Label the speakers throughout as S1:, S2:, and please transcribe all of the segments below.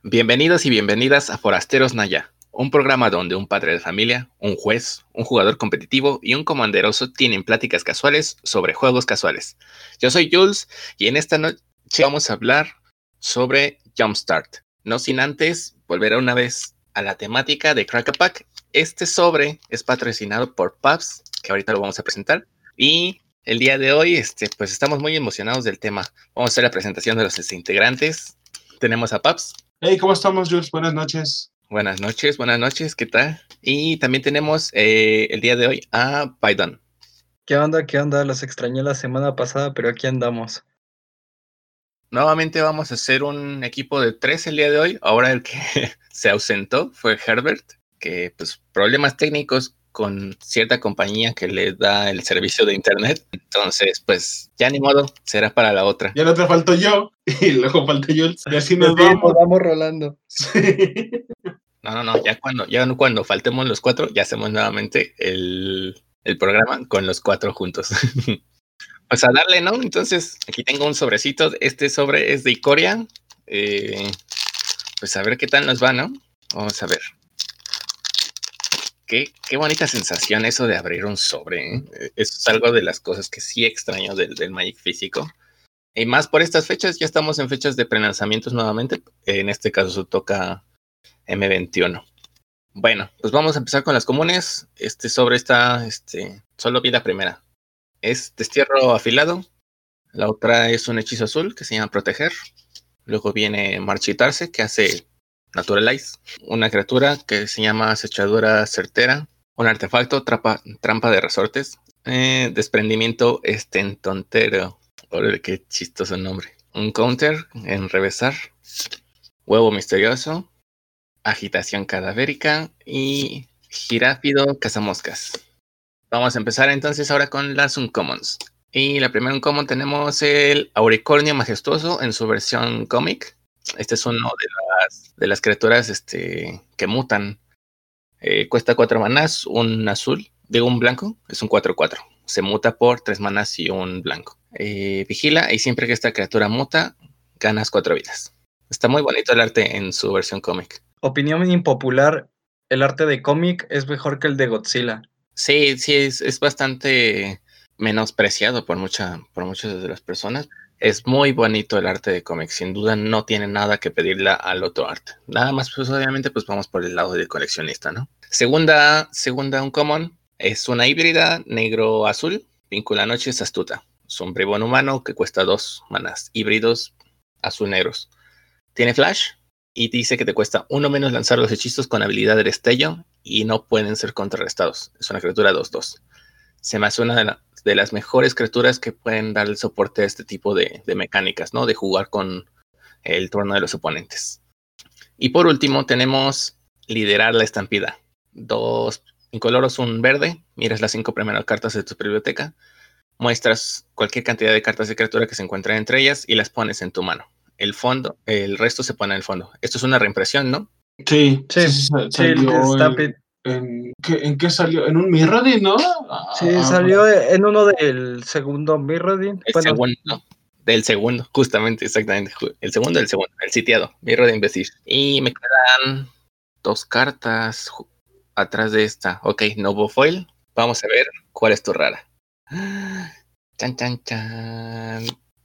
S1: Bienvenidos y bienvenidas a Forasteros Naya, un programa donde un padre de familia, un juez, un jugador competitivo y un comanderoso tienen pláticas casuales sobre juegos casuales. Yo soy Jules y en esta noche vamos a hablar sobre Jumpstart. No sin antes volver una vez a la temática de Crack a Pack. Este sobre es patrocinado por Pabs, que ahorita lo vamos a presentar. Y el día de hoy, pues estamos muy emocionados del tema. Vamos a hacer la presentación de los integrantes. Tenemos a Pabs.
S2: Hey, ¿cómo estamos, Jules? Buenas noches.
S1: Buenas noches, ¿qué tal? Y también tenemos el día de hoy a Python.
S3: ¿Qué onda? Los extrañé la semana pasada, pero aquí andamos.
S1: Nuevamente vamos a hacer un equipo de 3 el día de hoy. Ahora el que se ausentó fue Herbert, que pues problemas técnicos con cierta compañía que le da el servicio de internet. Entonces, pues ya ni modo, será para la otra.
S2: Ya la otra falto yo y luego falta Jules. Y así nos vamos
S3: rolando.
S2: Sí.
S1: No, ya cuando faltemos los 4, ya hacemos nuevamente el programa con los 4 juntos. Pues a darle, ¿no? Entonces, aquí tengo un sobrecito. Este sobre es de Ikoria. Pues a ver qué tal nos va, ¿no? Vamos a ver. Qué bonita sensación eso de abrir un sobre, ¿eh? Eso es algo de las cosas que sí extraño del Magic físico. Y más por estas fechas, ya estamos en fechas de prelanzamientos nuevamente. En este caso toca M21. Bueno, pues vamos a empezar con las comunes. Este sobre está, solo vi la primera. Es destierro afilado. La otra es un hechizo azul que se llama proteger. Luego viene marchitarse, que hace naturalize. Una criatura que se llama acechadura certera. Un artefacto, trampa de resortes. Desprendimiento estentontero. Órale, qué chistoso nombre. Un counter en revesar. Huevo misterioso. Agitación cadavérica. Y giráfido cazamoscas. Vamos a empezar entonces ahora con las uncommons. Y la primera uncommon tenemos el Auricornio Majestuoso en su versión cómic. Este es uno de las criaturas que mutan. Cuesta 4 manás, un azul, digo un blanco, es un 4-4. Se muta por 3 manás y un blanco. Vigila y siempre que esta criatura muta, ganas 4 vidas. Está muy bonito el arte en su versión cómic.
S3: Opinión impopular, el arte de cómic es mejor que el de Godzilla.
S1: Sí, es bastante menospreciado por muchas de las personas. Es muy bonito el arte de cómic, sin duda no tiene nada que pedirle al otro arte. Nada más, pues obviamente, pues vamos por el lado del coleccionista, ¿no? Segunda uncommon, es una híbrida negro-azul, vincula noches astuta. Es un bribón humano que cuesta 2 manas, híbridos azul-negros. Tiene flash y dice que te cuesta 1 menos lanzar los hechizos con habilidad de destello y no pueden ser contrarrestados. Es una criatura 2-2. Se me hace una de las mejores criaturas que pueden dar el soporte a este tipo de mecánicas, ¿no? De jugar con el turno de los oponentes. Y por último tenemos liderar la estampida. 2 incoloros, un verde. Miras las 5 primeras cartas de tu biblioteca. Muestras cualquier cantidad de cartas de criatura que se encuentren entre ellas y las pones en tu mano. El resto se pone en el fondo. Esto es una reimpresión, ¿no?
S2: Sí, salió ¿En qué salió? ¿En un Mirrodin, no?
S3: Sí, salió en uno del segundo Mirrodin.
S1: Del segundo, justamente, exactamente. El segundo, el sitiado, Mirrodin Vestige. Y me quedan 2 cartas atrás de esta. Ok, Novo Foil. Vamos a ver cuál es tu rara. Chan, chan, chan.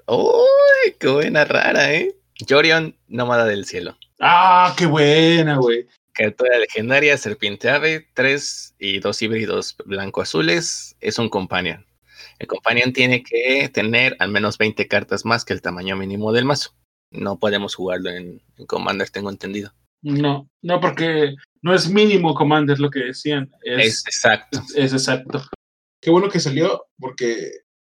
S1: ¡Uy! ¡Qué buena rara, eh! Yorion, Nómada del Cielo.
S2: ¡Ah, qué buena, güey!
S1: Criatura legendaria, serpiente ave, 3 y 2 híbridos blanco-azules. Es un companion. El companion tiene que tener al menos 20 cartas más que el tamaño mínimo del mazo. No podemos jugarlo en Commander, tengo entendido.
S2: No, porque no es mínimo Commander lo que decían.
S1: Es exacto.
S2: Es exacto. Qué bueno que salió, porque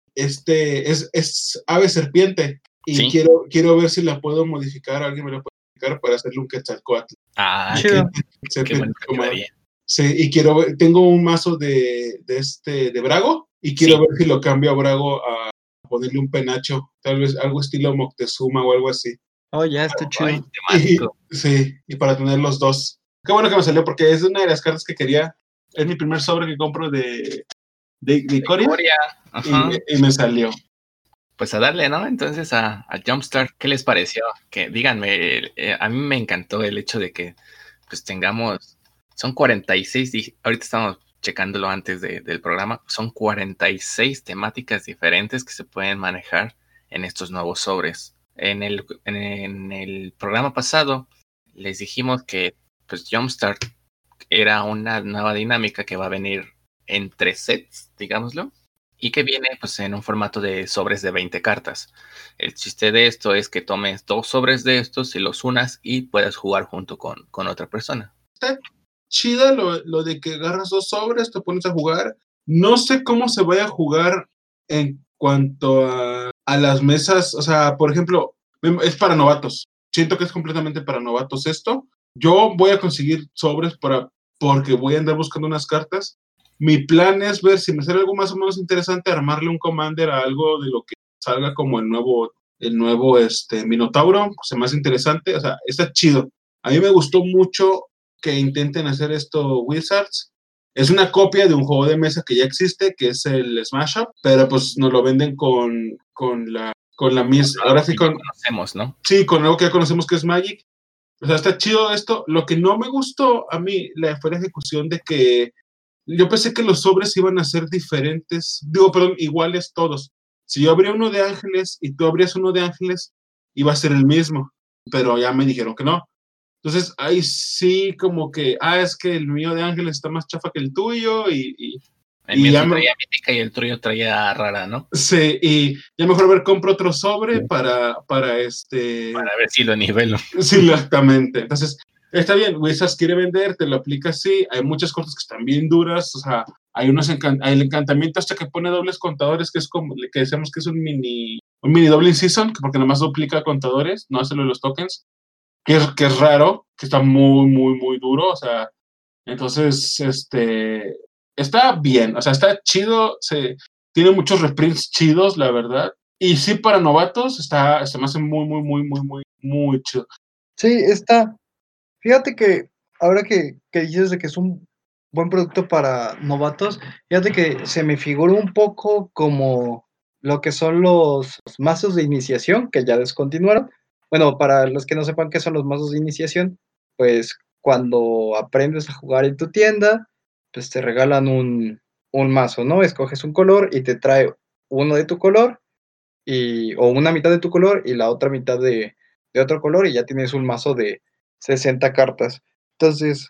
S2: es ave serpiente. Y ¿sí? quiero ver si la puedo modificar. Alguien me la puede modificar para hacerle un Quetzalcóatl.
S1: Ah, qué bueno que quedaría.
S2: Sí, y quiero ver, tengo un mazo de Brago, y quiero ver si lo cambio a Brago a ponerle un penacho, tal vez algo estilo Moctezuma o algo así.
S3: Oh, ya está chido.
S2: Y para tener los dos. Qué bueno que me salió, porque es una de las cartas que quería. Es mi primer sobre que compro de Ikoria. Y me salió.
S1: Pues a darle, ¿no? Entonces a Jumpstart, ¿qué les pareció? Que díganme, a mí me encantó el hecho de que pues tengamos, son 46, ahorita estamos checándolo antes del programa, son 46 temáticas diferentes que se pueden manejar en estos nuevos sobres. En el programa pasado les dijimos que pues Jumpstart era una nueva dinámica que va a venir en 3 sets, digámoslo, y que viene pues en un formato de sobres de 20 cartas. El chiste de esto es que tomes 2 sobres de estos y los unas y puedas jugar junto con otra persona.
S2: Está chida lo de que agarras 2 sobres, te pones a jugar. No sé cómo se vaya a jugar en cuanto a las mesas. O sea, por ejemplo, es para novatos. Siento que es completamente para novatos esto. Yo voy a conseguir sobres porque voy a andar buscando unas cartas. Mi plan es ver si me sale algo más o menos interesante, armarle un commander a algo de lo que salga como el nuevo Minotauro, se me hace interesante, o sea, está chido. A mí me gustó mucho que intenten hacer esto Wizards. Es una copia de un juego de mesa que ya existe, que es el Smash Up, pero pues nos lo venden con la misma. Ahora sí
S1: conocemos, ¿no?
S2: Sí, con algo que ya conocemos que es Magic. O sea, está chido esto. Lo que no me gustó a mí fue la ejecución de que yo pensé que los sobres iban a ser diferentes, iguales todos. Si yo abría uno de ángeles y tú abrías uno de ángeles, iba a ser el mismo, pero ya me dijeron que no. Entonces, ahí sí como que, es que el mío de ángeles está más chafa que el tuyo
S1: el mío traía mítica y el tuyo traía rara, ¿no?
S2: Sí, y ya mejor compro otro sobre sí. para
S1: ver si lo nivelo.
S2: Sí, exactamente. Entonces, está bien, Wizards quiere vender, te lo aplica así, hay muchas cosas que están bien duras, o sea, hay el encantamiento hasta que pone dobles contadores, que es como, que decíamos que es un mini doble season, porque nomás duplica contadores, no hace lo de los tokens, que es raro, que está muy, muy, muy duro, o sea, entonces, está bien, o sea, está chido, tiene muchos reprints chidos, la verdad, y sí, para novatos, se me hace muy, muy, muy, muy, muy, muy chido.
S3: Sí, está. Fíjate que ahora que dices de que es un buen producto para novatos, fíjate que se me figura un poco como lo que son los mazos de iniciación, que ya descontinuaron. Bueno, para los que no sepan qué son los mazos de iniciación, pues cuando aprendes a jugar en tu tienda, pues te regalan un mazo, ¿no? Escoges un color y te trae uno de tu color, o una mitad de tu color y la otra mitad de otro color, y ya tienes un mazo de 60 cartas. Entonces,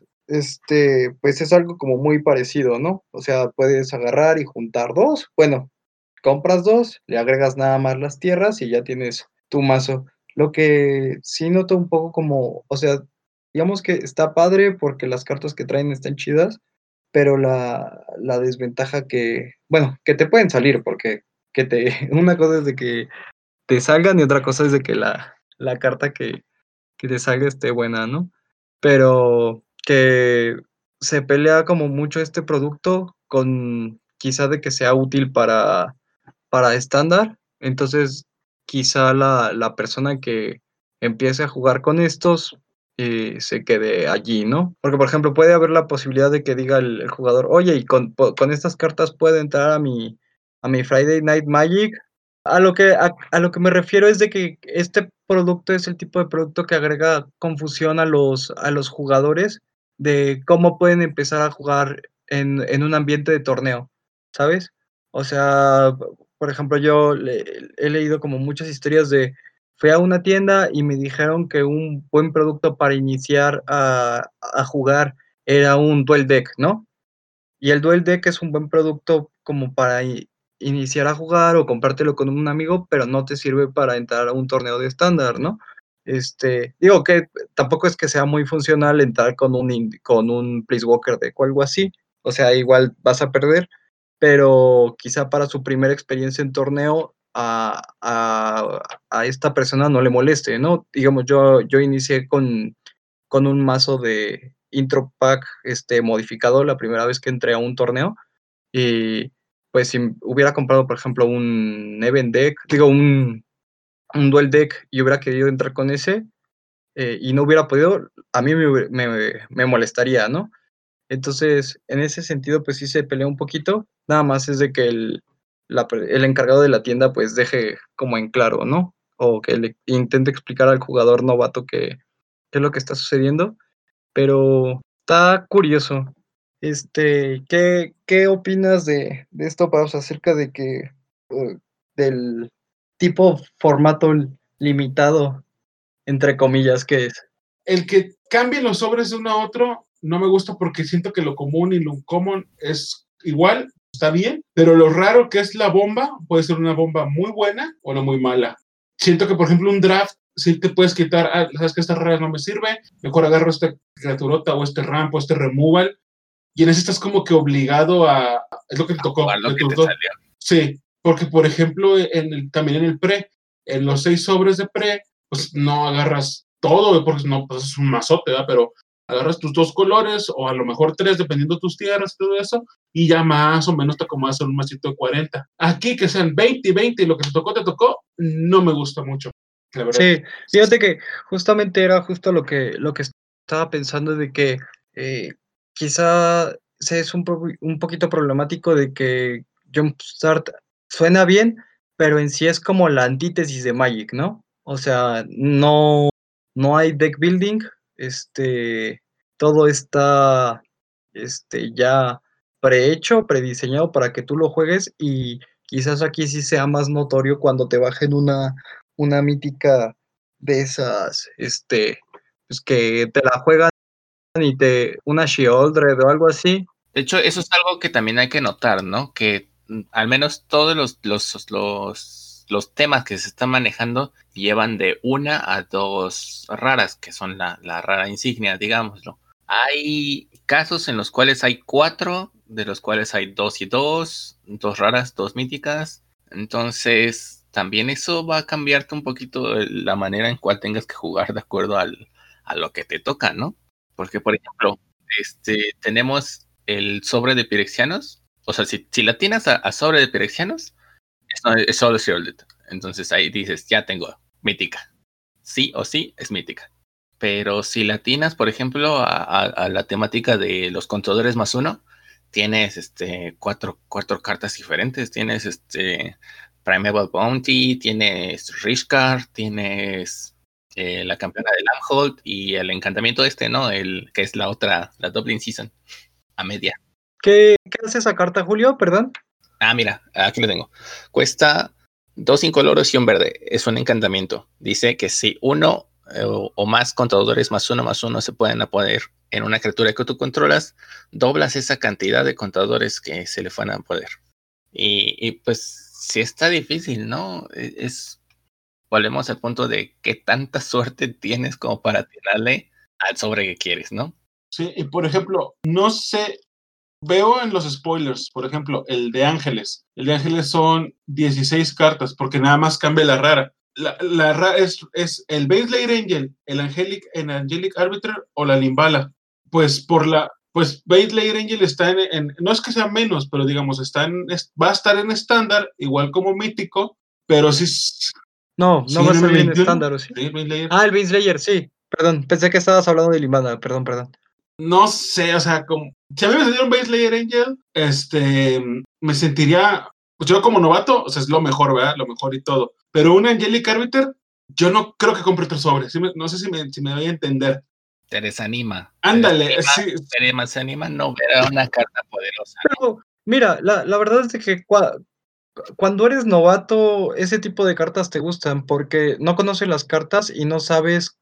S3: pues es algo como muy parecido, ¿no? O sea, puedes agarrar y juntar 2. Bueno, compras 2, le agregas nada más las tierras y ya tienes tu mazo. Lo que sí noto un poco como, o sea, digamos que está padre porque las cartas que traen están chidas, pero la desventaja bueno, que te pueden salir, porque una cosa es de que te salgan y otra cosa es de que la carta que te salga esté buena, ¿no? Pero que se pelea como mucho este producto con quizá de que sea útil para estándar. Entonces, quizá la persona que empiece a jugar con estos se quede allí, ¿no? Porque, por ejemplo, puede haber la posibilidad de que diga el jugador, oye, y con estas cartas puedo entrar a mi Friday Night Magic. A lo que me refiero es de que este producto es el tipo de producto que agrega confusión a los jugadores de cómo pueden empezar a jugar en un ambiente de torneo, ¿sabes? O sea, por ejemplo, yo he leído como muchas historias de, fui a una tienda y me dijeron que un buen producto para iniciar a jugar era un Duel Deck, ¿no? Y el Duel Deck es un buen producto como para iniciar a jugar o comprártelo con un amigo, pero no te sirve para entrar a un torneo de estándar, ¿no? Digo que tampoco es que sea muy funcional entrar con un Place Walker Deck o algo así, o sea, igual vas a perder, pero quizá para su primera experiencia en torneo a esta persona no le moleste, ¿no? Digamos, yo inicié con un mazo de intro pack modificado la primera vez que entré a un torneo, y pues si hubiera comprado, por ejemplo, un event deck, digo, un duel deck y hubiera querido entrar con ese y no hubiera podido, a mí me molestaría, ¿no? Entonces, en ese sentido, pues sí se pelea un poquito, nada más es de que el encargado de la tienda pues deje como en claro, ¿no? O que le intente explicar al jugador novato qué es lo que está sucediendo. Pero está curioso. ¿Qué opinas de esto, Paus, acerca de que del tipo formato limitado, entre comillas, que es?
S2: El que cambie los sobres de uno a otro no me gusta porque siento que lo común y lo common es igual, está bien, pero lo raro que es la bomba puede ser una bomba muy buena o no muy mala. Siento que, por ejemplo, un draft, si te puedes quitar, sabes que esta rara no me sirve, mejor agarro esta criaturota o este ramp o este removal, y en ese estás como que obligado a, es lo que te tocó,
S1: Lo
S2: de
S1: que
S2: tus
S1: te
S2: dos.
S1: salió.
S2: Sí, porque por ejemplo, también en el pre, en los 6 sobres de pre, pues no agarras todo, porque no, pues es un mazote, ¿verdad? Pero agarras tus 2 colores, o a lo mejor 3, dependiendo de tus tierras y todo eso, y ya más o menos te acomodas en un masito de 40. Aquí que sean 20 y 20 y lo que te tocó, no me gusta mucho, la verdad.
S3: Sí, fíjate que justamente era justo lo que estaba pensando de que quizá es un poquito problemático de que Jumpstart suena bien, pero en sí es como la antítesis de Magic, ¿no? O sea, no hay deck building, todo está ya prehecho, prediseñado para que tú lo juegues, y quizás aquí sí sea más notorio cuando te bajen una mítica de esas, pues que te la juegan y una Sheoldred o algo así.
S1: De hecho, eso es algo que también hay que notar, ¿no? Que al menos todos los temas que se están manejando llevan de 1 a 2 raras, que son la rara insignia, digámoslo. Hay casos en los cuales hay 4, de los cuales hay 2 y 2 raras, 2 míticas. Entonces, también eso va a cambiarte un poquito la manera en cual tengas que jugar de acuerdo a lo que te toca, ¿no? Porque, por ejemplo, tenemos el sobre de Pirexianos. O sea, si la tienes a sobre de Pirexianos, es solo Shielded. Entonces ahí dices, ya tengo mítica. Sí o sí es mítica. Pero si la tienes, por ejemplo, a la temática de los contadores +1, tienes cuatro cartas diferentes. Tienes Primeval Bounty, tienes Rishkar, tienes la campeona de Lamhold y el encantamiento ¿no? Que es la Dublin Season a media.
S3: ¿Qué hace esa carta, Julio? Perdón.
S1: Mira, aquí lo tengo. Cuesta 2 incoloros y un verde. Es un encantamiento. Dice que si uno o más contadores +1/+1 se pueden poner en una criatura que tú controlas, doblas esa cantidad de contadores que se le fueran a poder. Y pues sí está difícil, ¿no? Volvemos al punto de qué tanta suerte tienes como para tirarle al sobre que quieres, ¿no?
S2: Sí, y por ejemplo, no sé, veo en los spoilers, por ejemplo, el de Ángeles. El de Ángeles son 16 cartas, porque nada más cambia la rara. La rara es el Baneslayer Angel, el Angelic Arbiter o la Limbala. Pues Baneslayer Angel está no es que sea menos, pero digamos, va a estar en estándar, igual como mítico, pero sí.
S3: No
S2: Sí,
S3: va a salir en
S2: 21.
S3: estándar, ¿o sí?
S2: Sí, Baneslayer.
S3: El Baneslayer, sí. Perdón, pensé que estabas hablando de Limbana, perdón.
S2: No sé, o sea, como si a mí me saliera un Baneslayer Angel, me sentiría, pues yo como novato, o sea, es lo mejor, ¿verdad? Lo mejor y todo. Pero un Angelic Arbiter, yo no creo que compre otro sobre. No sé si me voy a entender.
S1: Te desanima.
S2: Ándale, sí.
S1: Te desanima no ver a una carta poderosa.
S3: Pero, mira, la verdad es que cuando eres novato, ese tipo de cartas te gustan porque no conoces las cartas y no sabes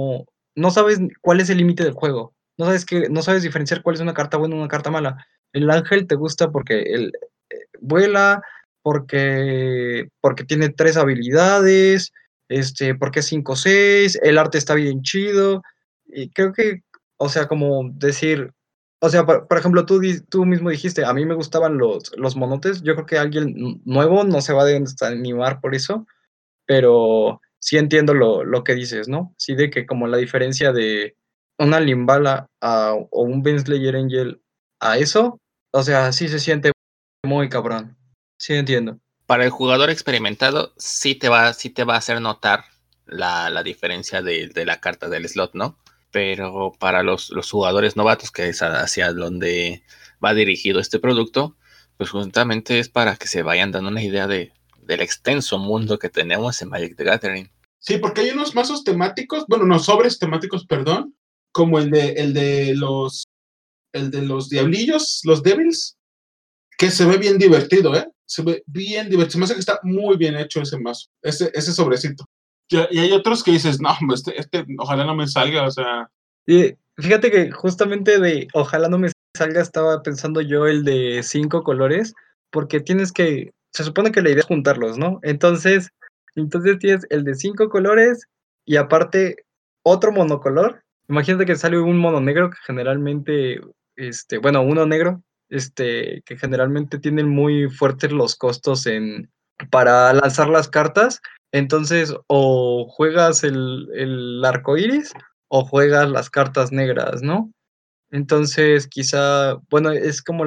S3: cuál es el límite del juego. No sabes diferenciar cuál es una carta buena y una carta mala. El ángel te gusta porque él vuela, porque tiene 3 habilidades, porque es 5/6, el arte está bien chido. Y creo que, o sea, como decir, o sea, por ejemplo, tú mismo dijiste, a mí me gustaban los monotes. Yo creo que alguien nuevo no se va a desanimar por eso, pero sí entiendo lo que dices, ¿no? Sí, de que como la diferencia de una Limbala o un Baneslayer Angel a eso, o sea, sí se siente muy cabrón. Sí entiendo.
S1: Para el jugador experimentado, sí te va a hacer notar la diferencia de la carta del slot, ¿no? Pero para los jugadores novatos, que es hacia donde va dirigido este producto, Pues justamente es para que se vayan dando una idea del extenso mundo que tenemos en Magic the Gathering.
S2: Sí, porque hay unos mazos temáticos, bueno, no, sobres temáticos, perdón, como el de los diablillos, los devils, que se ve bien divertido, ¿eh? Se ve bien divertido. Se me hace que está muy bien hecho ese mazo, ese sobrecito. Y hay otros que dices, no, ojalá no me salga, o sea.
S3: Y fíjate que justamente de ojalá no me salga, estaba pensando yo el de 5 colores, porque se supone que la idea es juntarlos, ¿no? Entonces tienes el de 5 colores y aparte otro monocolor. Imagínate que sale un mono negro que generalmente, bueno, uno negro, que generalmente tienen muy fuertes los costos para lanzar las cartas. Entonces, o juegas el arco iris o juegas las cartas negras, ¿no? Entonces, quizá, bueno, es como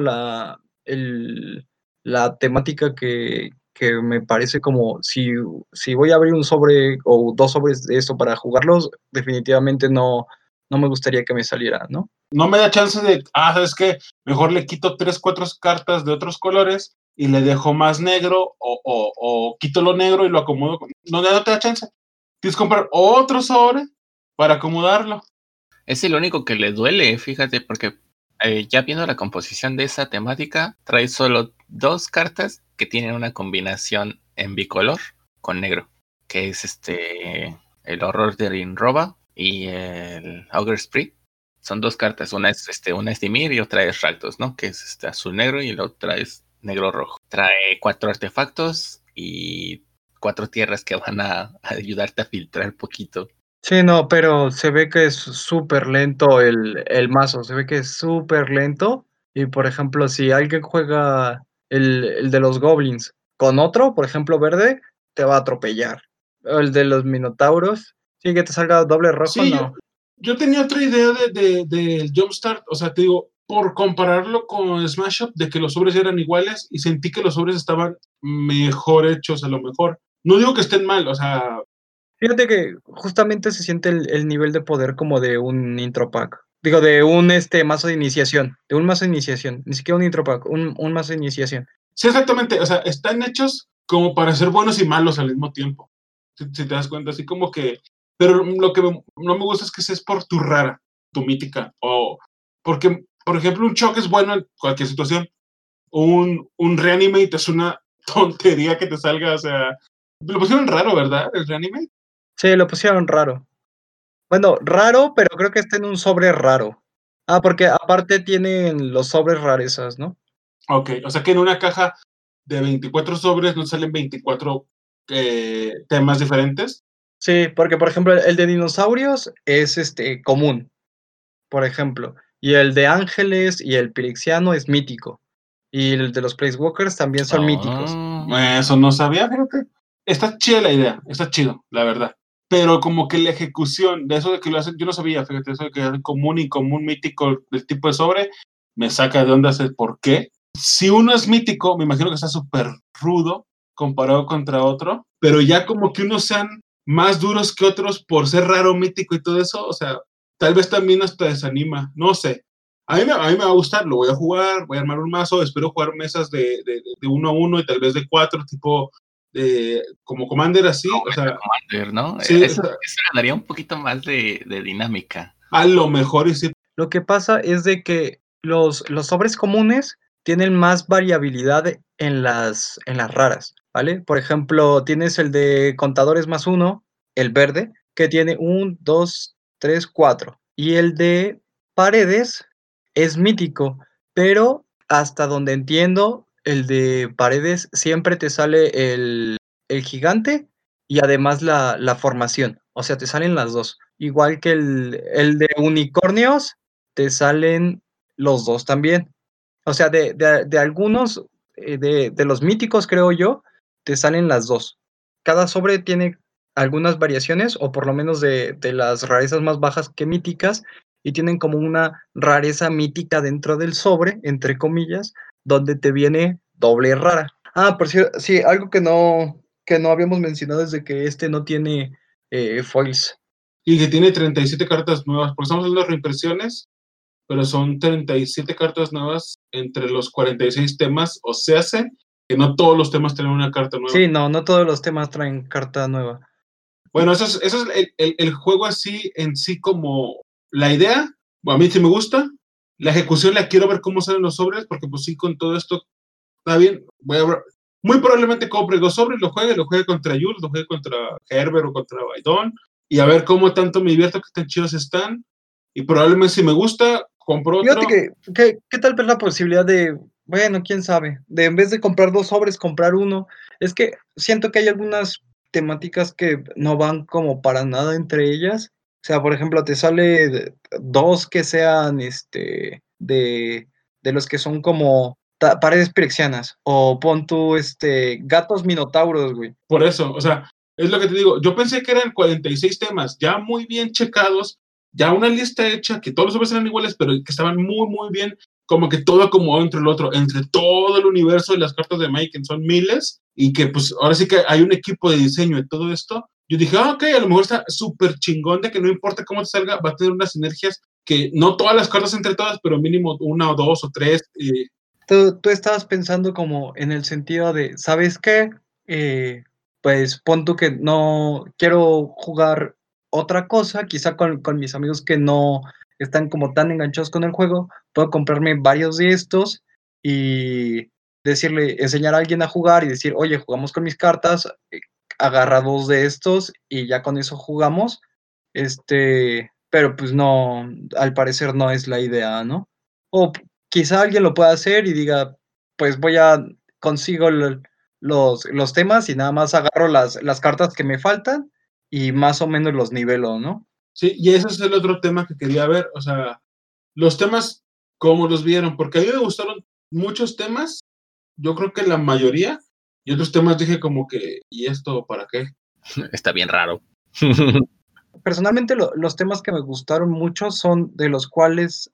S3: la temática que me parece como si voy a abrir un sobre o 2 sobres de esto para jugarlos, definitivamente no me gustaría que me saliera, ¿no?
S2: No me da chance de, ¿sabes qué? Mejor le quito 3, 4 cartas de otros colores y le dejo más negro o quito lo negro y lo acomodo. No te da chance. Tienes que comprar otro sobre para acomodarlo.
S1: Es el único que le duele, fíjate, porque ya viendo la composición de esa temática, trae solo 2 cartas que tienen una combinación en bicolor con negro, que es el Horror de Rinroba y el Augur Spree. Son 2 cartas, una es Dimir y otra es Rakdos, ¿no? Que es azul negro y la otra es negro rojo. Trae 4 artefactos y 4 tierras que van a ayudarte a filtrar poquito.
S3: Sí, no, pero se ve que es súper lento el mazo, se ve que es súper lento. Y por ejemplo, si alguien juega el de los goblins con otro, por ejemplo, verde, te va a atropellar. O el de los minotauros, sí, que te salga doble rojo,
S2: Sí,
S3: no.
S2: yo tenía otra idea del Jumpstart, o sea, te digo, por compararlo con Smash Up, de que los sobres eran iguales y sentí que los sobres estaban mejor hechos a lo mejor. No digo que estén mal, o sea.
S3: Fíjate que justamente se siente el nivel de poder como de un intro pack. Digo, de un mazo de iniciación. De un mazo de iniciación. Ni siquiera un intro pack, un mazo de iniciación.
S2: Sí, exactamente, o sea, están hechos como para ser buenos y malos al mismo tiempo. Si te das cuenta, así como que. Pero lo que no me gusta es que seas por tu rara, tu mítica. O porque, por ejemplo, un shock es bueno en cualquier situación. Un reanimate es una tontería que te salga, o sea. Lo pusieron raro, ¿verdad? El reanimate.
S3: Sí, lo pusieron raro. Bueno, raro, pero creo que está en un sobre raro. Ah, porque aparte tienen los sobres rarezas, ¿no?
S2: Ok, o sea que en una caja de 24 sobres no salen 24 temas diferentes.
S3: Sí, porque por ejemplo el de dinosaurios es común, por ejemplo. Y el de ángeles y el pirixiano es mítico. Y el de los Placewalkers también son míticos.
S2: Eso no sabía, fíjate. Está chida la idea, está chido, la verdad. Pero como que la ejecución de eso de que lo hacen, yo no sabía, fíjate, eso de que hacen común y común mítico del tipo de sobre, me saca de onda el por qué. Si uno es mítico, me imagino que está súper rudo comparado contra otro, pero ya como que unos sean más duros que otros por ser raro, mítico y todo eso, o sea, tal vez también hasta desanima, no sé. A mí me va a gustar, lo voy a jugar, voy a armar un mazo, espero jugar mesas de 1 a 1 y tal vez de 4, tipo como Commander así,
S1: Como
S2: o sea,
S1: Commander, ¿no?
S2: sí,
S1: Eso le daría un poquito más de dinámica.
S2: a lo mejor y sí.
S3: Lo que pasa es de que los sobres comunes tienen más variabilidad en las raras, ¿vale? Por ejemplo, tienes el de contadores +1, el verde, que tiene 1, 2, 3, 4. Y el de paredes es mítico, pero hasta donde entiendo, el de paredes siempre te sale el gigante y además la formación. O sea, te salen las dos. Igual que el de unicornios, te salen los dos también. O sea, de algunos, de los míticos, creo yo, te salen las dos. Cada sobre tiene algunas variaciones, o por lo menos de las rarezas más bajas que míticas, y tienen como una rareza mítica dentro del sobre, entre comillas, donde te viene doble rara. Ah, por cierto, sí, algo que no habíamos mencionado es de que no tiene foils.
S2: Y que tiene 37 cartas nuevas, porque estamos haciendo reimpresiones pero son 37 cartas nuevas entre los 46 temas, o sea, que no todos los temas tienen una carta nueva.
S3: Sí, no todos los temas traen carta nueva.
S2: Bueno, eso es el juego así en sí como la idea. Bueno, a mí sí me gusta. La ejecución la quiero ver cómo salen los sobres, porque pues sí, con todo esto está bien. Muy probablemente compre 2 sobres, lo juegue contra Jules, lo juegue contra Herbert o contra Baidón, y a ver cómo tanto me divierto, qué tan chidos están. Y probablemente si me gusta, compro otro.
S3: Fíjate ¿qué tal vez la posibilidad de, bueno, quién sabe, de en vez de comprar 2 sobres, comprar uno? Es que siento que hay algunas temáticas que no van como para nada entre ellas. O sea, por ejemplo, te sale 2 que sean de los que son como paredes pirexianas. O pon tú gatos minotauros, güey.
S2: Por eso, o sea, es lo que te digo. Yo pensé que eran 46 temas, ya muy bien checados, ya una lista hecha, que todos los sobres eran iguales, pero que estaban muy, muy bien, como que todo acomodado entre el otro, entre todo el universo de las cartas de Magic, que son miles, y que pues ahora sí que hay un equipo de diseño de todo esto. Yo dije, ok, a lo mejor está súper chingón de que no importa cómo te salga, va a tener unas sinergias que no todas las cartas entre todas, pero mínimo 1 o 2 o 3.
S3: Tú estabas pensando como en el sentido de, ¿sabes qué? Pues pon tú que no quiero jugar otra cosa, quizá con mis amigos que no están como tan enganchados con el juego, puedo comprarme varios de estos y enseñar a alguien a jugar y decir, oye, jugamos con mis cartas, agarra 2 de estos y ya con eso jugamos, pero pues no, al parecer no es la idea, ¿no? O quizá alguien lo pueda hacer y diga, pues consigo los temas y nada más agarro las cartas que me faltan y más o menos los nivelo, ¿no?
S2: Sí, y ese es el otro tema que quería ver, o sea, los temas, ¿cómo los vieron? Porque a mí me gustaron muchos temas, yo creo que la mayoría, y otros temas dije como que, ¿y esto para qué?
S1: Está bien raro.
S3: Personalmente los temas que me gustaron mucho son de los cuales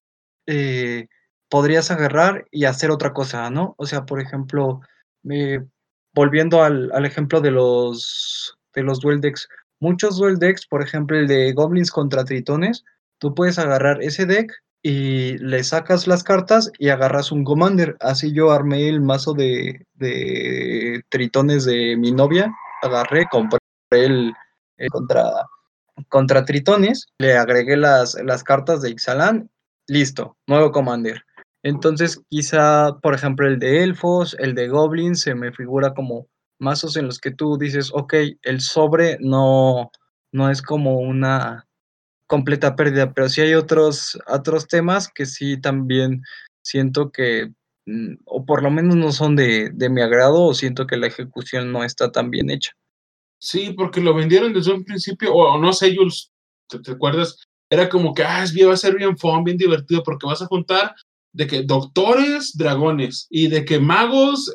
S3: podrías agarrar y hacer otra cosa, ¿no? O sea, por ejemplo, volviendo al ejemplo de los Duel Decks, muchos Duel Decks, por ejemplo, el de Goblins contra Tritones, tú puedes agarrar ese deck y le sacas las cartas y agarras un Commander. Así yo armé el mazo de Tritones de mi novia, compré el contra Tritones, le agregué las cartas de Ixalan, listo, nuevo Commander. Entonces, quizá, por ejemplo, el de Elfos, el de Goblins, se me figura como mazos en los que tú dices, ok, el sobre no es como una completa pérdida, pero sí hay otros temas que sí también siento que, o por lo menos no son de mi agrado, o siento que la ejecución no está tan bien hecha.
S2: Sí, porque lo vendieron desde un principio, o no sé, Jules, ¿te acuerdas? Era como que, va a ser bien fun, bien divertido, porque vas a juntar de que doctores, dragones, y de que magos,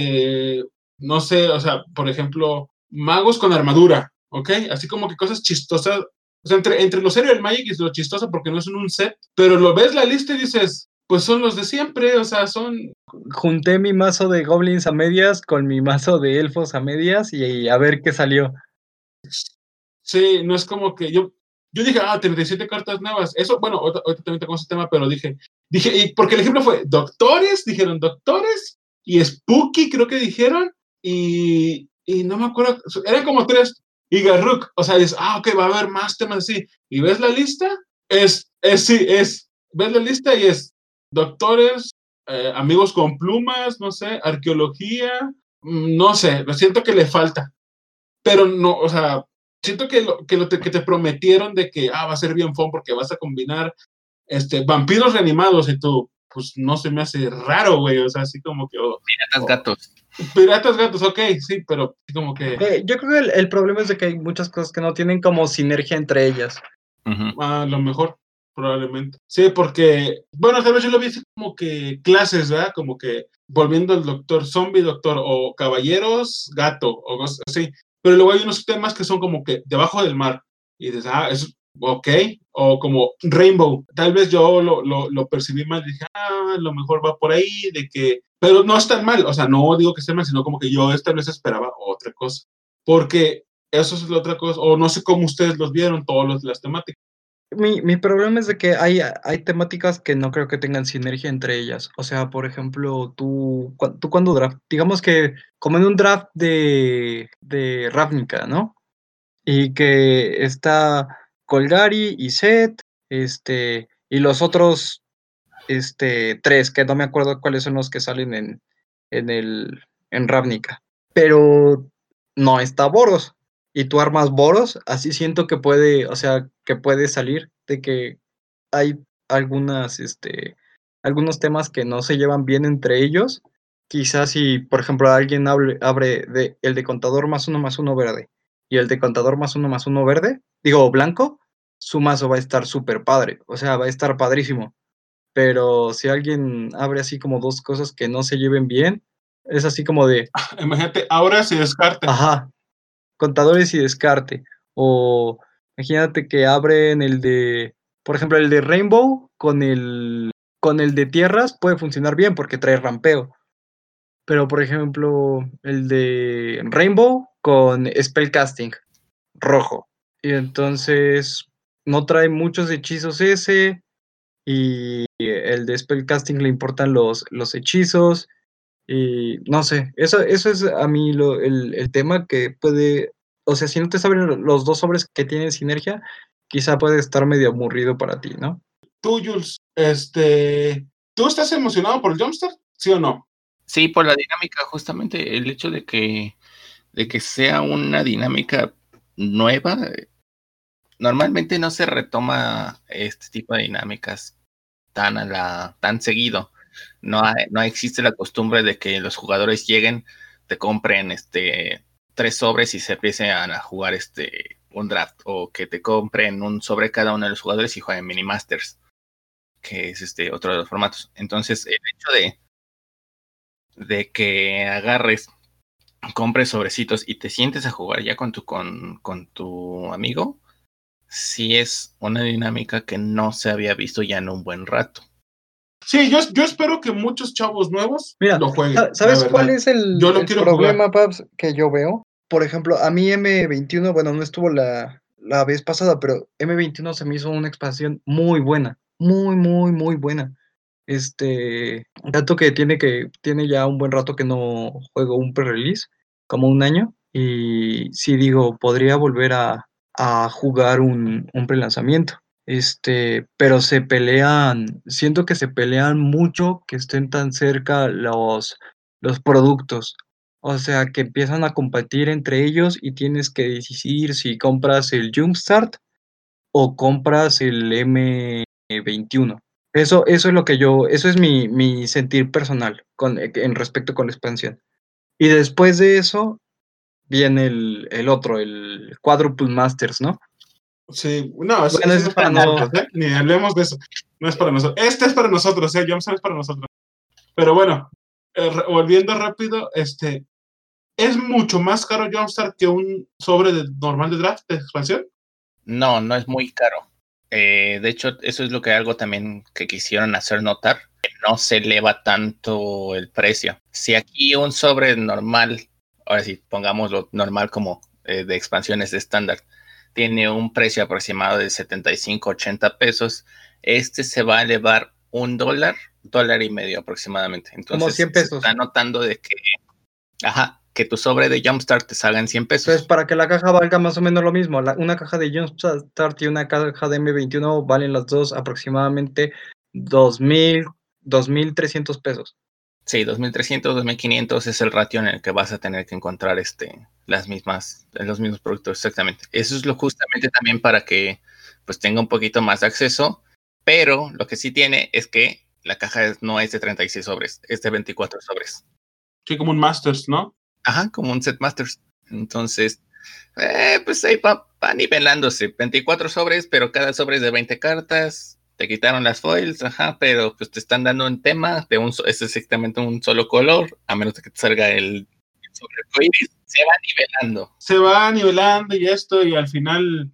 S2: no sé, o sea, por ejemplo, magos con armadura, ¿ok? Así como que cosas chistosas. O sea, entre lo serio del Magic y lo chistoso, porque no es un set, pero lo ves la lista y dices, pues son los de siempre, o sea, son...
S3: Junté mi mazo de goblins a medias con mi mazo de elfos a medias y a ver qué salió.
S2: Sí, no es como que yo dije, 37 cartas nuevas. Eso, bueno, ahorita también tengo ese tema, pero dije, y porque el ejemplo fue doctores, dijeron doctores, y Spooky, creo que dijeron, y no me acuerdo, eran como 3, y Garruk, o sea, ok, va a haber más temas así. Y ves la lista, ves la lista y es doctores, amigos con plumas, no sé, arqueología, no sé, lo siento que le falta. Pero no, o sea, siento que te prometieron de que va a ser bien fun porque vas a combinar vampiros reanimados y tú, pues no se me hace raro, güey, o sea, así como que... Piratas gatos, ok, sí, pero así como que...
S3: Yo creo que el problema es de que hay muchas cosas que no tienen como sinergia entre ellas.
S2: A lo mejor, probablemente. Sí, porque, bueno, tal vez yo lo vi así como que clases, ¿verdad? Como que volviendo al doctor zombie, doctor, o caballeros, gato, o cosas así. Pero luego hay unos temas que son como que debajo del mar. Y dices, es ok. O como Rainbow. Tal vez yo lo percibí mal. Dije, a lo mejor va por ahí, de que... Pero no es tan mal. O sea, no digo que esté mal, sino como que yo esta vez esperaba otra cosa. Porque eso es la otra cosa. O no sé cómo ustedes los vieron, todas las temáticas.
S3: Mi problema es de que hay temáticas que no creo que tengan sinergia entre ellas. O sea, por ejemplo, tú cuando draft, digamos que como en un draft de Ravnica, ¿no? Y que está Golgari y Set, y los otros, 3, que no me acuerdo cuáles son los que salen en Ravnica. Pero no está Boros. Y tú armas Boros, así siento que puede, o sea, que puede salir de que hay algunos temas que no se llevan bien entre ellos. Quizás si, por ejemplo, alguien abre el de contador +1/+1 verde y el de contador +1/+1 verde, digo blanco, su mazo va a estar súper padre, o sea, va a estar padrísimo. Pero si alguien abre así como dos cosas que no se lleven bien, es así como de,
S2: Imagínate, ahora se descarte.
S3: ajá, contadores y descarte. O imagínate que abren por ejemplo, el de Rainbow con el de tierras puede funcionar bien porque trae rampeo. Pero, por ejemplo, el de Rainbow con Spellcasting rojo. Y entonces no trae muchos hechizos ese. Y el de Spellcasting le importan los hechizos. Y no sé, eso es a mí el tema que puede, o sea, si no te saben los dos sobres que tienen sinergia, quizá puede estar medio aburrido para ti, ¿no?
S2: Tú, Jules, ¿tú estás emocionado por el Jumpstart? ¿Sí o no?
S1: Sí, por la dinámica, justamente el hecho de que sea una dinámica nueva. Normalmente no se retoma este tipo de dinámicas tan seguido. No existe la costumbre de que los jugadores lleguen, te compren 3 sobres y se empiecen a jugar un draft, o que te compren un sobre cada uno de los jugadores y jueguen mini masters, que es otro de los formatos. Entonces, el hecho de que agarres, compres sobrecitos y te sientes a jugar ya con tu amigo, sí es una dinámica que no se había visto ya en un buen rato.
S2: Sí, yo espero que muchos chavos nuevos
S3: Mira,
S2: lo jueguen.
S3: ¿sabes
S2: la
S3: cuál
S2: verdad.
S3: es el
S2: Yo lo quiero
S3: problema,
S2: jugar.
S3: Paps, que yo veo? Por ejemplo, a mí M21, bueno, no estuvo la vez pasada, pero M21 se me hizo una expansión muy buena, muy, muy, muy buena. Dato que tiene ya un buen rato que no juego un pre-release, como un año, y sí digo, podría volver a jugar un pre-lanzamiento. Pero siento que se pelean mucho que estén tan cerca los productos. O sea, que empiezan a competir entre ellos y tienes que decidir si compras el Jumpstart o compras el M21. Eso es lo que eso es mi sentir personal en respecto con la expansión. Y después de eso viene el otro, el Quadruple Masters, ¿no?
S2: Sí, no,
S3: Bueno,
S2: eso
S3: ese
S2: no
S3: es
S2: es para
S3: para no.
S2: nosotros, ¿eh? Ni hablemos de eso. No es para nosotros. Este es para nosotros, ¿eh? Jumpstart es para nosotros. Pero bueno, volviendo rápido, ¿es mucho más caro Jumpstart que un sobre normal de draft de expansión?
S1: No, no es muy caro. De hecho, eso es algo también que quisieron hacer notar, que no se eleva tanto el precio. Si aquí un sobre normal, ahora sí, pongámoslo normal como de expansiones de estándar, tiene un precio aproximado de 75-80 pesos, se va a elevar $1, $1.50 aproximadamente.
S3: Como
S1: Entonces
S3: 100
S1: se
S3: pesos.
S1: está notando de que tu sobre de Jumpstart te salga en 100
S3: Entonces,
S1: pesos.
S3: para que la caja valga más o menos lo mismo, una caja de Jumpstart y una caja de M21 valen las dos aproximadamente 2,000, 2,300 pesos.
S1: Sí, 2.300, 2.500 es el ratio en el que vas a tener que encontrar los mismos productos, exactamente. Eso es justamente también para que pues tenga un poquito más de acceso, pero lo que sí tiene es que la caja no es de 36 sobres, es de 24 sobres.
S2: Sí, como un Masters, ¿no?
S1: Ajá, como un set Masters. Entonces, pues ahí va nivelándose. 24 sobres, pero cada sobre es de 20 cartas. Te quitaron las foils, ajá, pero pues te están dando un tema es exactamente un solo color, a menos de que te salga el sobre arcoíris. Se va nivelando.
S2: Se va nivelando y esto, y al final,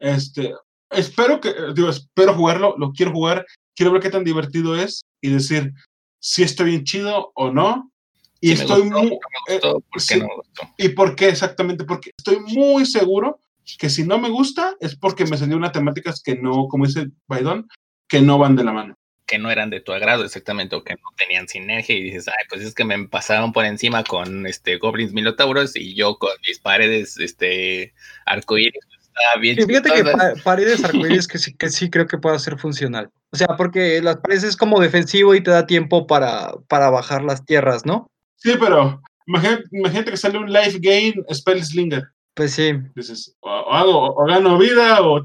S2: espero jugarlo, lo quiero jugar, quiero ver qué tan divertido es y decir si está bien chido o no. Y
S1: Si me
S2: estoy
S1: gustó, no
S2: muy.
S1: me gustó, ¿por qué no
S2: Sí,
S1: me gustó?
S2: ¿y por qué exactamente? Porque estoy muy seguro que si no me gusta es porque me salió una temáticas que no, como dice Baidón, que no van de la mano.
S1: Que no eran de tu agrado exactamente, o que no tenían sinergia, y dices, ay, pues es que me pasaron por encima con Goblins Minotauros y yo con mis paredes arcoíris, estaba bien
S3: Y fíjate que
S1: chistosa.
S3: paredes arcoíris que sí creo que pueda ser funcional. O sea, porque las paredes es como defensivo y te da tiempo para bajar las tierras, ¿no?
S2: Sí, pero imagínate que sale un life gain Spellslinger.
S3: Pues sí.
S2: Dices, o gano vida, o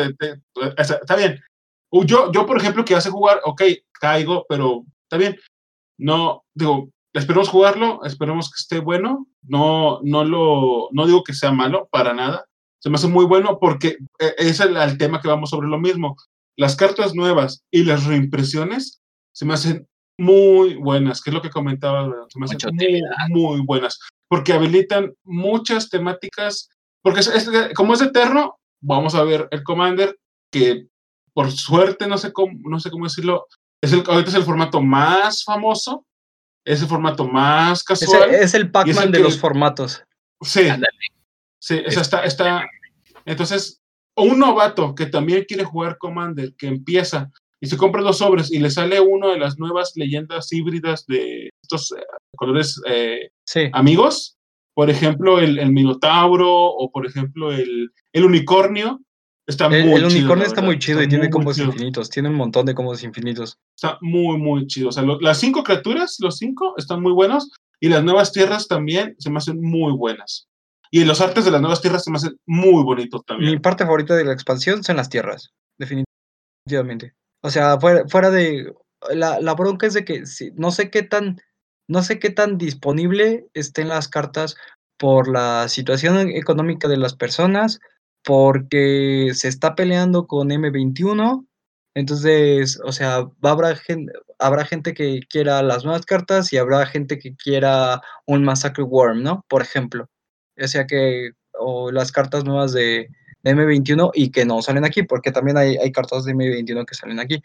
S2: está bien. Yo, por ejemplo, que hace jugar, ok, caigo, pero está bien. No, digo, esperemos jugarlo, esperemos que esté bueno. No digo que sea malo, para nada. Se me hace muy bueno porque es el tema que vamos sobre lo mismo. Las cartas nuevas y las reimpresiones se me hacen muy buenas, que es lo que comentaba, se me hacen muy buenas, porque habilitan muchas temáticas, porque como es eterno, vamos a ver el Commander, que por suerte, no sé cómo decirlo, ahorita es el formato más famoso, es el formato más casual.
S3: Es el Pac-Man de los formatos.
S2: Sí, sí, está. Entonces, un novato que también quiere jugar Commander, que empieza y se compra 2 sobres y le sale uno de las nuevas leyendas híbridas de estos colores amigos, por ejemplo, el Minotauro, o por ejemplo, el unicornio. Está muy chido.
S3: El unicornio está muy chido y tiene combos infinitos. Tiene un montón de combos infinitos.
S2: Está muy, muy chido. O sea, las 5 criaturas, los 5, están muy buenos. Y las nuevas tierras también se me hacen muy buenas. Y los artes de las nuevas tierras se me hacen muy bonitos también.
S3: Mi parte favorita de la expansión son las tierras, definitivamente. O sea, fuera de... La bronca es de que no sé qué tan disponible estén las cartas por la situación económica de las personas, porque se está peleando con M21. Entonces, o sea, habrá gente que quiera las nuevas cartas y habrá gente que quiera un Massacre Worm, ¿no? Por ejemplo. O sea o las cartas nuevas de M21 y que no salen aquí, porque también hay cartas de M21 que salen aquí.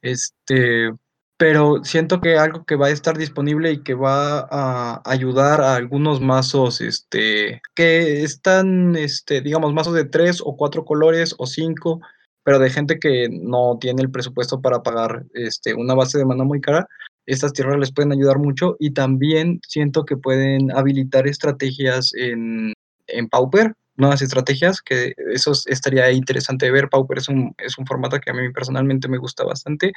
S3: Pero siento que algo que va a estar disponible y que va a ayudar a algunos mazos, que están, digamos, mazos de 3 o 4 colores o 5, pero de gente que no tiene el presupuesto para pagar, una base de mana muy cara. Estas tierras les pueden ayudar mucho y también siento que pueden habilitar estrategias en Pauper, nuevas estrategias, que eso estaría interesante ver. Pauper es un formato que a mí personalmente me gusta bastante.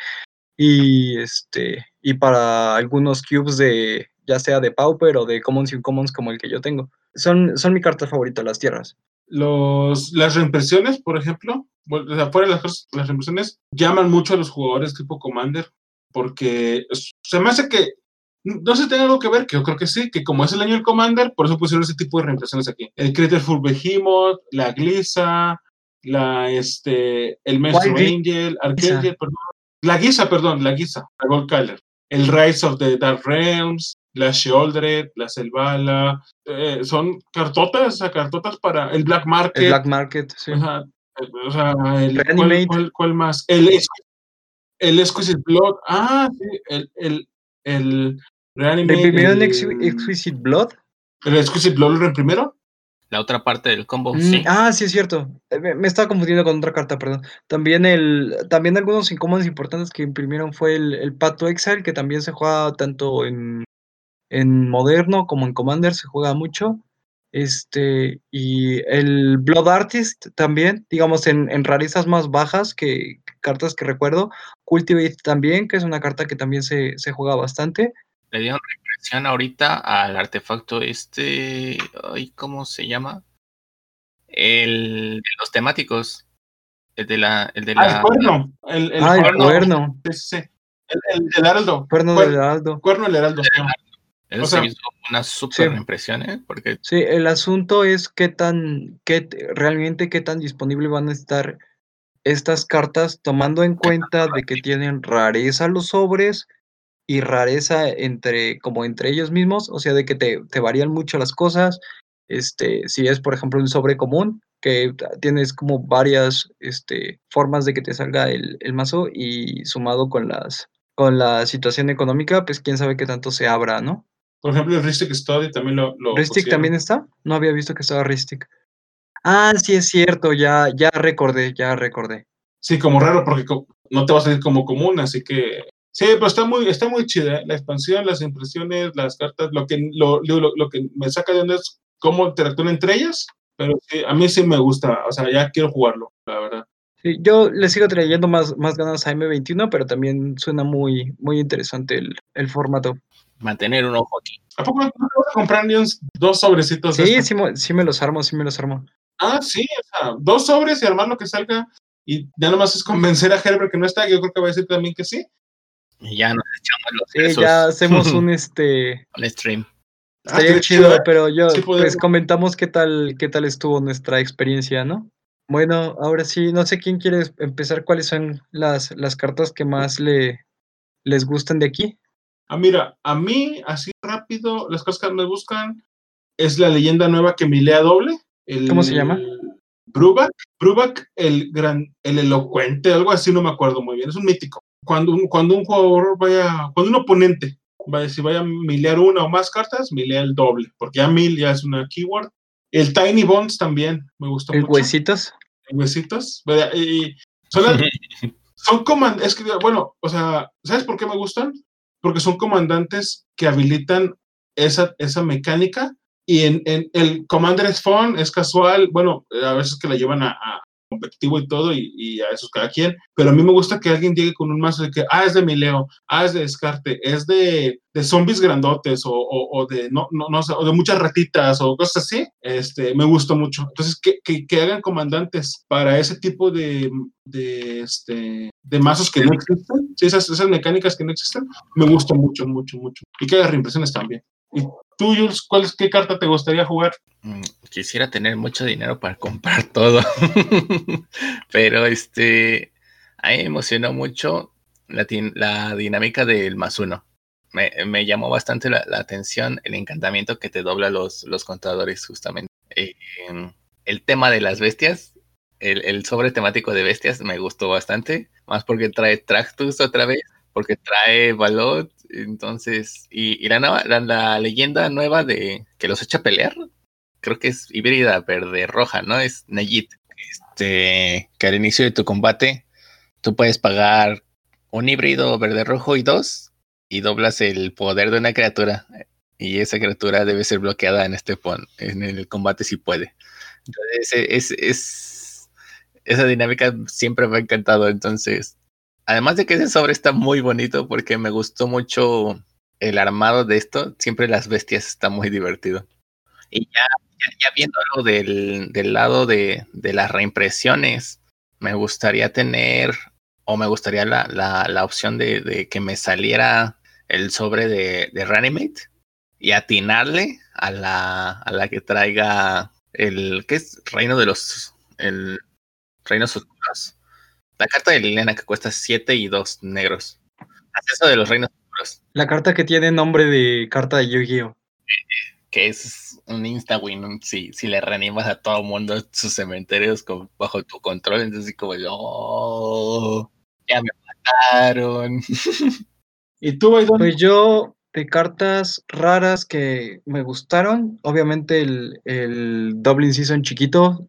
S3: Y para algunos cubes ya sea de Pauper o de Commons y Uncommons como el que yo tengo. Son mi carta favorita, las tierras.
S2: Las reimpresiones, por ejemplo, fuera de las reimpresiones, llaman mucho a los jugadores tipo Commander, porque se me hace que, no sé si tiene algo que ver, que yo creo que sí, que como es el año del Commander, por eso pusieron ese tipo de reimpresiones aquí. El Craterful Behemoth, la Glissa, el Maestro Angel, Archangel, perdón. La Giza, la Gold Color. El Rise of the Dark Realms, la Sheoldred, la Selvala, son cartotas para el Black Market.
S3: El Black Market, sí.
S2: O sea, ¿cuál más? El Exquisite Blood. Sí, el Reanimate.
S3: ¿Reimprimieron Exquisite Blood?
S2: ¿El Exquisite Blood lo reimprimieron?
S1: La otra parte del combo, sí.
S3: Sí, es cierto. Me estaba confundiendo con otra carta, perdón. También algunos incómodos importantes que imprimieron fue el Path to Exile, que también se juega tanto en Moderno como en Commander, se juega mucho. Y el Blood Artist también, digamos, en rarezas más bajas que cartas que recuerdo. Cultivate también, que es una carta que también se juega bastante.
S1: Le dieron reimpresión ahorita al artefacto ¿cómo se llama? El de los temáticos. El
S2: cuerno.
S3: El cuerno.
S2: Sí. El del Heraldo.
S3: Cuerno del Heraldo.
S2: Cuerno del Heraldo.
S1: Eso se hizo una super reimpresión, porque...
S3: Sí, el asunto es realmente qué tan disponible van a estar estas cartas, tomando en cuenta de que tienen rareza los sobres y rareza entre ellos mismos, o sea, de que te varían mucho las cosas. Si es, por ejemplo, un sobre común, que tienes como varias formas de que te salga el mazo, y sumado con la situación económica, pues quién sabe qué tanto se abra, ¿no?
S2: Por ejemplo, el Rhystic Study también lo
S3: ¿Rhystic también está? No había visto que estaba Rhystic. Ah, sí es cierto, ya recordé.
S2: Sí, como raro, porque no te va a salir como común, así que. Sí, pero está muy chida, ¿eh? La expansión, las impresiones, las cartas, lo que me saca de onda es cómo interactúan entre ellas, pero sí, a mí sí me gusta, o sea, ya quiero jugarlo, la verdad.
S3: Sí, yo le sigo trayendo más ganas a M21, pero también suena muy interesante el formato.
S1: Mantener un ojo aquí.
S2: ¿A poco no te vas a comprar ni dos sobrecitos de
S3: Sí,
S2: esto?
S3: sí me los armo.
S2: Ah, sí, o sea, dos sobres y armar lo que salga, y ya nomás es convencer a Herbert que no está, yo creo que va a decir también que sí.
S1: Y ya nos echamos los
S3: Sí, ya
S1: versos.
S3: hacemos un
S1: Un stream.
S3: estaría
S2: Estaría chido,
S3: chido,
S2: ¿eh?
S3: pero
S2: Sí,
S3: pues
S2: podemos.
S3: comentamos qué tal estuvo nuestra experiencia, ¿no? Bueno, ahora sí, no sé quién quiere empezar, cuáles son las cartas que más les gustan de aquí.
S2: Ah, mira, a mí, así rápido, las cosas que me buscan es la leyenda nueva que milea doble,
S3: ¿Cómo se llama?
S2: el Brubac el elocuente, algo así, no me acuerdo muy bien, es un mítico. Cuando un jugador cuando un oponente si vaya a milear una o más cartas, milea el doble, porque ya ya es una keyword. El Tiny Bonds también me gustó
S3: ¿El
S2: mucho,
S3: Huesitos?
S2: huesitos, ¿verdad? Y son, son comandantes, es que, bueno, o sea, ¿sabes por qué me gustan? Porque son comandantes que habilitan esa mecánica y en el Commander es fun, es casual, bueno, a veces que la llevan a competitivo y todo, y a esos cada quien, pero a mí me gusta que alguien llegue con un mazo de que, es de mileo, es de descarte, es de zombies grandotes, o de, no sé, o de muchas ratitas, o cosas así, me gustó mucho. Entonces, que hagan comandantes para ese tipo de mazos que no existen, sí, esas mecánicas que no existen, me gusta mucho, mucho, mucho. Y que haga reimpresiones también. ¿Y tú, Jules, qué carta te gustaría jugar?
S1: Quisiera tener mucho dinero para comprar todo. Pero a mí me emocionó mucho la dinámica del más uno. Me llamó bastante la atención el encantamiento que te dobla los contadores, justamente. El tema de las bestias, el sobre temático de bestias me gustó bastante, más porque trae Tractus otra vez, porque trae Balot, entonces, y la leyenda nueva de que los echa a pelear, creo que es híbrida verde-roja, ¿no? Es Nayit. Que al inicio de tu combate tú puedes pagar un híbrido verde-rojo y doblas el poder de una criatura. Y esa criatura debe ser bloqueada en el combate si puede. Entonces, esa dinámica siempre me ha encantado. Entonces, además de que ese sobre está muy bonito porque me gustó mucho el armado de esto, siempre las bestias está muy divertido. Y ya viéndolo del lado de las reimpresiones, me gustaría tener, o me gustaría la opción de que me saliera el sobre de Reanimate y atinarle a la que traiga ¿qué es? El Reinos Oscuros. La carta de Liliana que cuesta 7 y 2 negros. Haz eso de los Reinos Oscuros,
S3: La carta que tiene nombre de carta de Yu-Gi-Oh!
S1: que es un insta-win si le reanimas a todo mundo sus cementerios bajo tu control, entonces como ya me mataron.
S2: ¿Y tú, Aidon?
S3: Pues yo, de cartas raras que me gustaron, obviamente el Dublin Season chiquito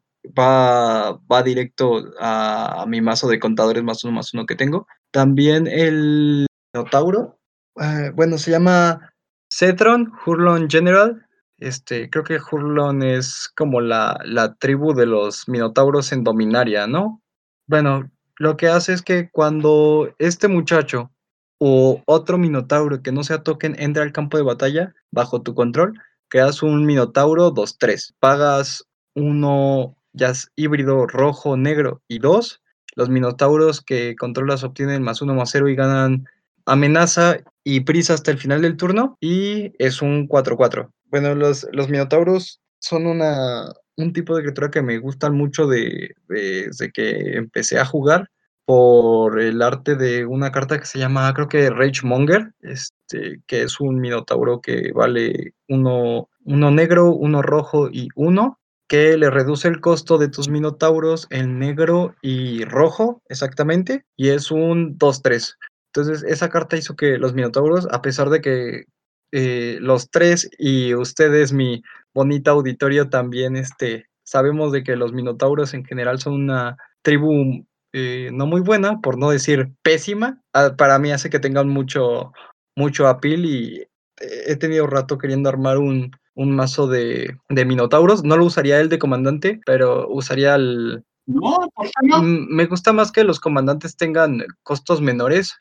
S3: va directo a mi mazo de contadores más uno que tengo. También el Minotauro, bueno, se llama Cetron, Hurlon General. Creo que Hurlon es como la tribu de los Minotauros en Dominaria, ¿no? Bueno, lo que hace es que cuando este muchacho o otro minotauro que no sea token entra al campo de batalla bajo tu control, creas un minotauro 2/3. Pagas uno ya es híbrido rojo, negro y 2. Los minotauros que controlas obtienen +1/+0 y ganan amenaza y prisa hasta el final del turno. Y es un 4/4. Bueno, los minotauros son un tipo de criatura que me gustan mucho desde que empecé a jugar por el arte de una carta que se llama, creo que Ragemonger, que es un minotauro que vale uno negro, uno rojo y uno, que le reduce el costo de tus minotauros en negro y rojo, exactamente, y es un 2/3. Entonces, esa carta hizo que los minotauros, a pesar de que los tres y ustedes, mi bonita auditorio, también sabemos de que los minotauros en general son una tribu no muy buena, por no decir pésima. Para mí hace que tengan mucho appeal y he tenido rato queriendo armar un mazo de minotauros. No lo usaría el de comandante, pero usaría el...
S2: No, ¿por qué no?
S3: Me gusta más que los comandantes tengan costos menores.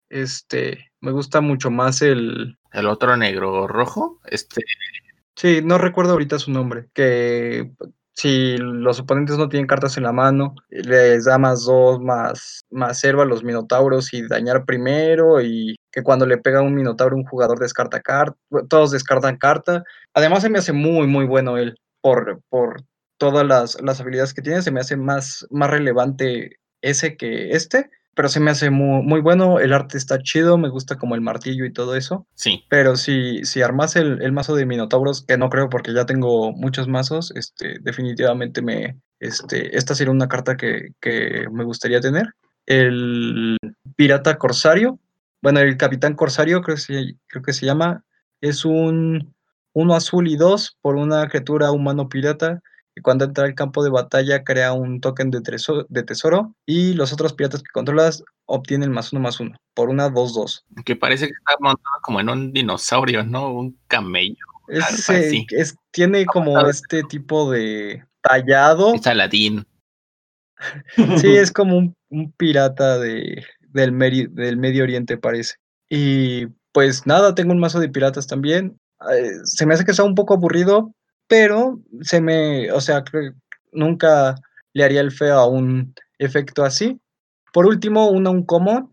S3: Me gusta mucho más el...
S1: El otro negro rojo,
S3: Sí, no recuerdo ahorita su nombre, que si los oponentes no tienen cartas en la mano, les da +2, más 0 a los minotauros y dañar primero, y que cuando le pega un minotauro un jugador descarta carta, todos descartan carta. Además se me hace muy, muy bueno él, por todas las habilidades que tiene, se me hace más relevante ese que pero se me hace muy, muy bueno, el arte está chido, me gusta como el martillo y todo eso.
S1: sí.
S3: Pero si armas el mazo de Minotauros, que no creo porque ya tengo muchos mazos, definitivamente esta sería una carta que me gustaría tener. El Pirata Corsario, bueno, el Capitán Corsario creo que se llama, es un 1 azul y 2 por una criatura humano pirata, y cuando entra al campo de batalla crea un token de tesoro, y los otros piratas que controlas obtienen +1/+1 por una 2/2.
S1: Que parece que está montado como en un dinosaurio, ¿no? Un camello, algo así.
S3: Tiene como este tipo de tallado.
S1: Es Aladín.
S3: Sí, es como un pirata del Medio Oriente, parece. Y pues nada, tengo un mazo de piratas también. Se me hace que sea un poco aburrido, pero o sea, nunca le haría el feo a un efecto así. Por último, una uncommon,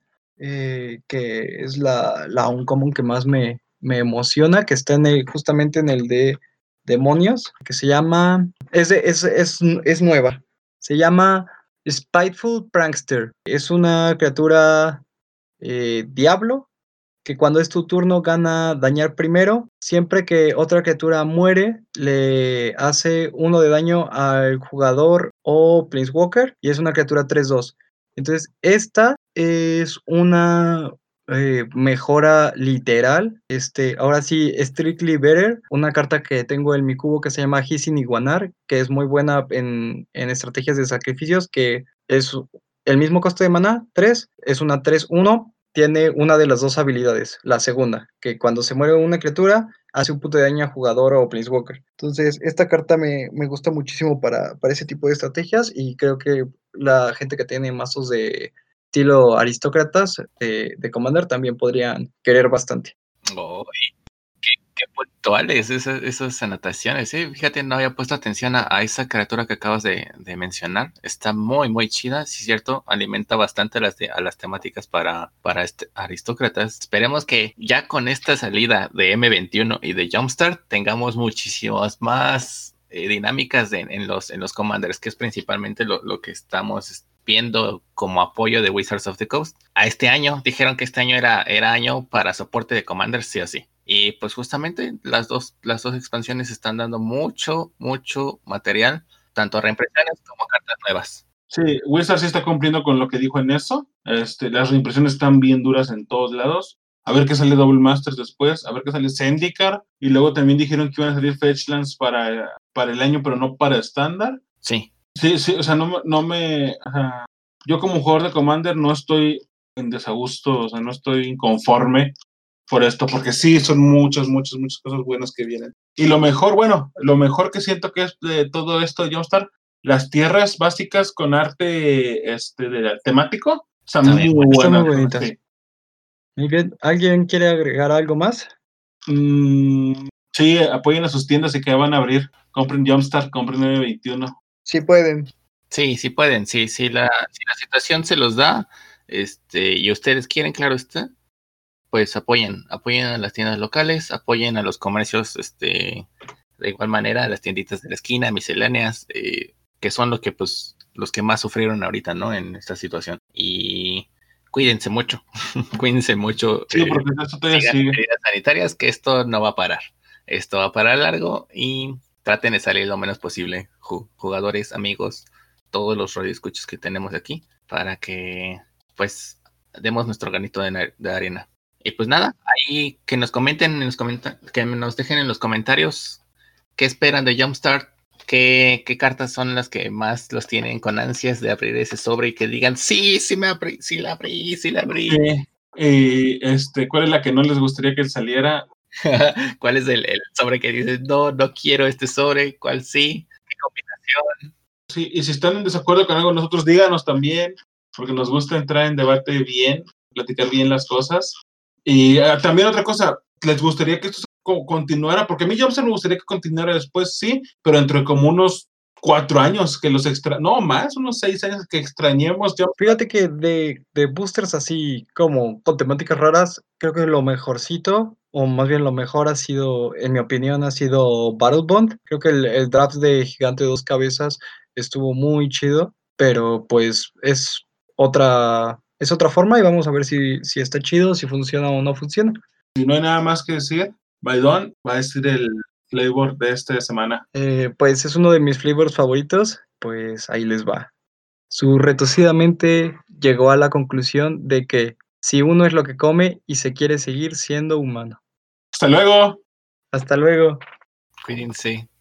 S3: que es la uncommon que más me emociona, que está justamente en el de demonios, que se llama, es nueva, se llama Spiteful Prankster. Es una criatura diablo, que cuando es tu turno gana dañar primero. Siempre que otra criatura muere, le hace 1 de daño al jugador o Planeswalker, y es una criatura 3/2. Entonces, esta es una mejora literal. Ahora sí, Strictly Better, una carta que tengo en mi cubo que se llama Hissing Iguanar, que es muy buena en estrategias de sacrificios, que es el mismo coste de maná, 3, es una 3/1, tiene una de las dos habilidades, la segunda, que cuando se muere una criatura, hace un punto de daño a jugador o Planeswalker. Entonces, esta carta me gusta muchísimo para ese tipo de estrategias, y creo que la gente que tiene mazos de estilo aristócratas de Commander también podrían querer bastante.
S1: Oh, qué puntuales esas anotaciones, ¿eh? Fíjate, no había puesto atención a esa criatura que acabas de mencionar. Está muy, muy chida, sí es cierto. Alimenta bastante a las temáticas para aristócratas. Esperemos que ya con esta salida de M21 y de Jumpstart tengamos muchísimas más dinámicas en los Commanders, que es principalmente lo que estamos viendo como apoyo de Wizards of the Coast. A este año, dijeron que este año era año para soporte de Commanders, sí o sí. Y pues justamente las dos expansiones están dando mucho material, tanto reimpresiones como cartas nuevas.
S2: Sí, Wizards sí está cumpliendo con lo que dijo en eso. Las reimpresiones están bien duras en todos lados. A ver qué sale Double Masters después, a ver qué sale Zendikar. Y luego también dijeron que iban a salir Fetchlands para el año, pero no para estándar.
S1: Sí.
S2: Sí, o sea, no me... Yo como jugador de Commander no estoy en desagusto, o sea, no estoy inconforme por esto, porque sí, son muchas cosas buenas que vienen. Y lo mejor que siento que es de todo esto de Jumpstart, las tierras básicas con arte temático, están muy buenas.
S3: Están muy bonitas. Sí. Muy bien. ¿Alguien quiere agregar algo más?
S2: Sí, apoyen a sus tiendas y que van a abrir. Compren Jumpstart, compren M21.
S3: Sí pueden.
S1: Sí pueden. Sí, si la situación se los da, y ustedes quieren, claro está, pues apoyen a las tiendas locales, apoyen a los comercios, de igual manera, a las tienditas de la esquina, misceláneas, que son los que más sufrieron ahorita, ¿no? En esta situación. Y cuídense mucho, cuídense mucho.
S2: Sí, porque esto todavía sigue.
S1: Medidas sanitarias, que esto no va a parar. Esto va a parar largo y traten de salir lo menos posible, jugadores, amigos, todos los radioescuchos que tenemos aquí, para que, pues, demos nuestro granito de arena. Y pues nada, ahí que nos comenten, que nos dejen en los comentarios qué esperan de Jumpstart, ¿Qué cartas son las que más los tienen con ansias de abrir ese sobre y que digan, sí la abrí?
S2: Sí. Y ¿cuál es la que no les gustaría que saliera?
S1: ¿Cuál es el sobre que dices, no quiero este sobre? ¿Cuál sí? ¿Qué combinación?
S2: Sí, y si están en desacuerdo con algo, nosotros díganos también, porque nos gusta entrar en debate bien, platicar bien las cosas. Y también otra cosa, ¿les gustaría que esto continuara? Porque a mí Johnson me gustaría que continuara después, sí, pero entre como unos 4 años que los no más, unos 6 años que extrañemos.
S3: Fíjate que de boosters así como con temáticas raras, creo que lo mejorcito, o más bien lo mejor ha sido, en mi opinión, ha sido Battle Bond. Creo que el draft de Gigante de Dos Cabezas estuvo muy chido, pero pues es otra forma y vamos a ver si está chido, si funciona o no funciona.
S2: Si no hay nada más que decir, Baidón va a decir el flavor de esta semana.
S3: Pues es uno de mis flavors favoritos, pues ahí les va. Surretorcidamente llegó a la conclusión de que si uno es lo que come y se quiere seguir siendo humano.
S2: Hasta luego.
S3: Hasta luego.
S1: Cuídense.